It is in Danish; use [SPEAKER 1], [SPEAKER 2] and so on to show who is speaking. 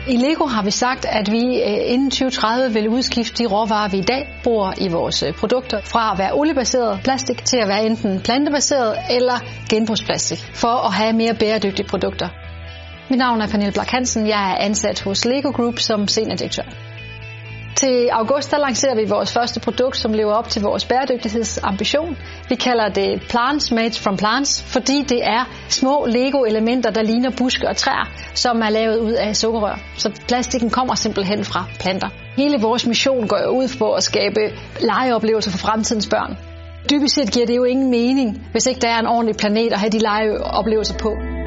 [SPEAKER 1] I LEGO har vi sagt, at vi inden 2030 vil udskifte de råvarer, vi i dag bruger i vores produkter, fra at være oliebaseret plastik til at være enten plantebaseret eller genbrugsplastik, for at have mere bæredygtige produkter. Mit navn er Pernille Blak Hansen. Jeg er ansat hos LEGO Group som seniordirektør. Til august der lancerer vi vores første produkt, som lever op til vores bæredygtighedsambition. Vi kalder det Plants Made from Plants, fordi det er små Lego-elementer, der ligner buske og træer, som er lavet ud af sukkerrør. Så plastikken kommer simpelthen fra planter. Hele vores mission går ud på at skabe legeoplevelser for fremtidens børn. Dybest set giver det jo ingen mening, hvis ikke der er en ordentlig planet at have de legeoplevelser på.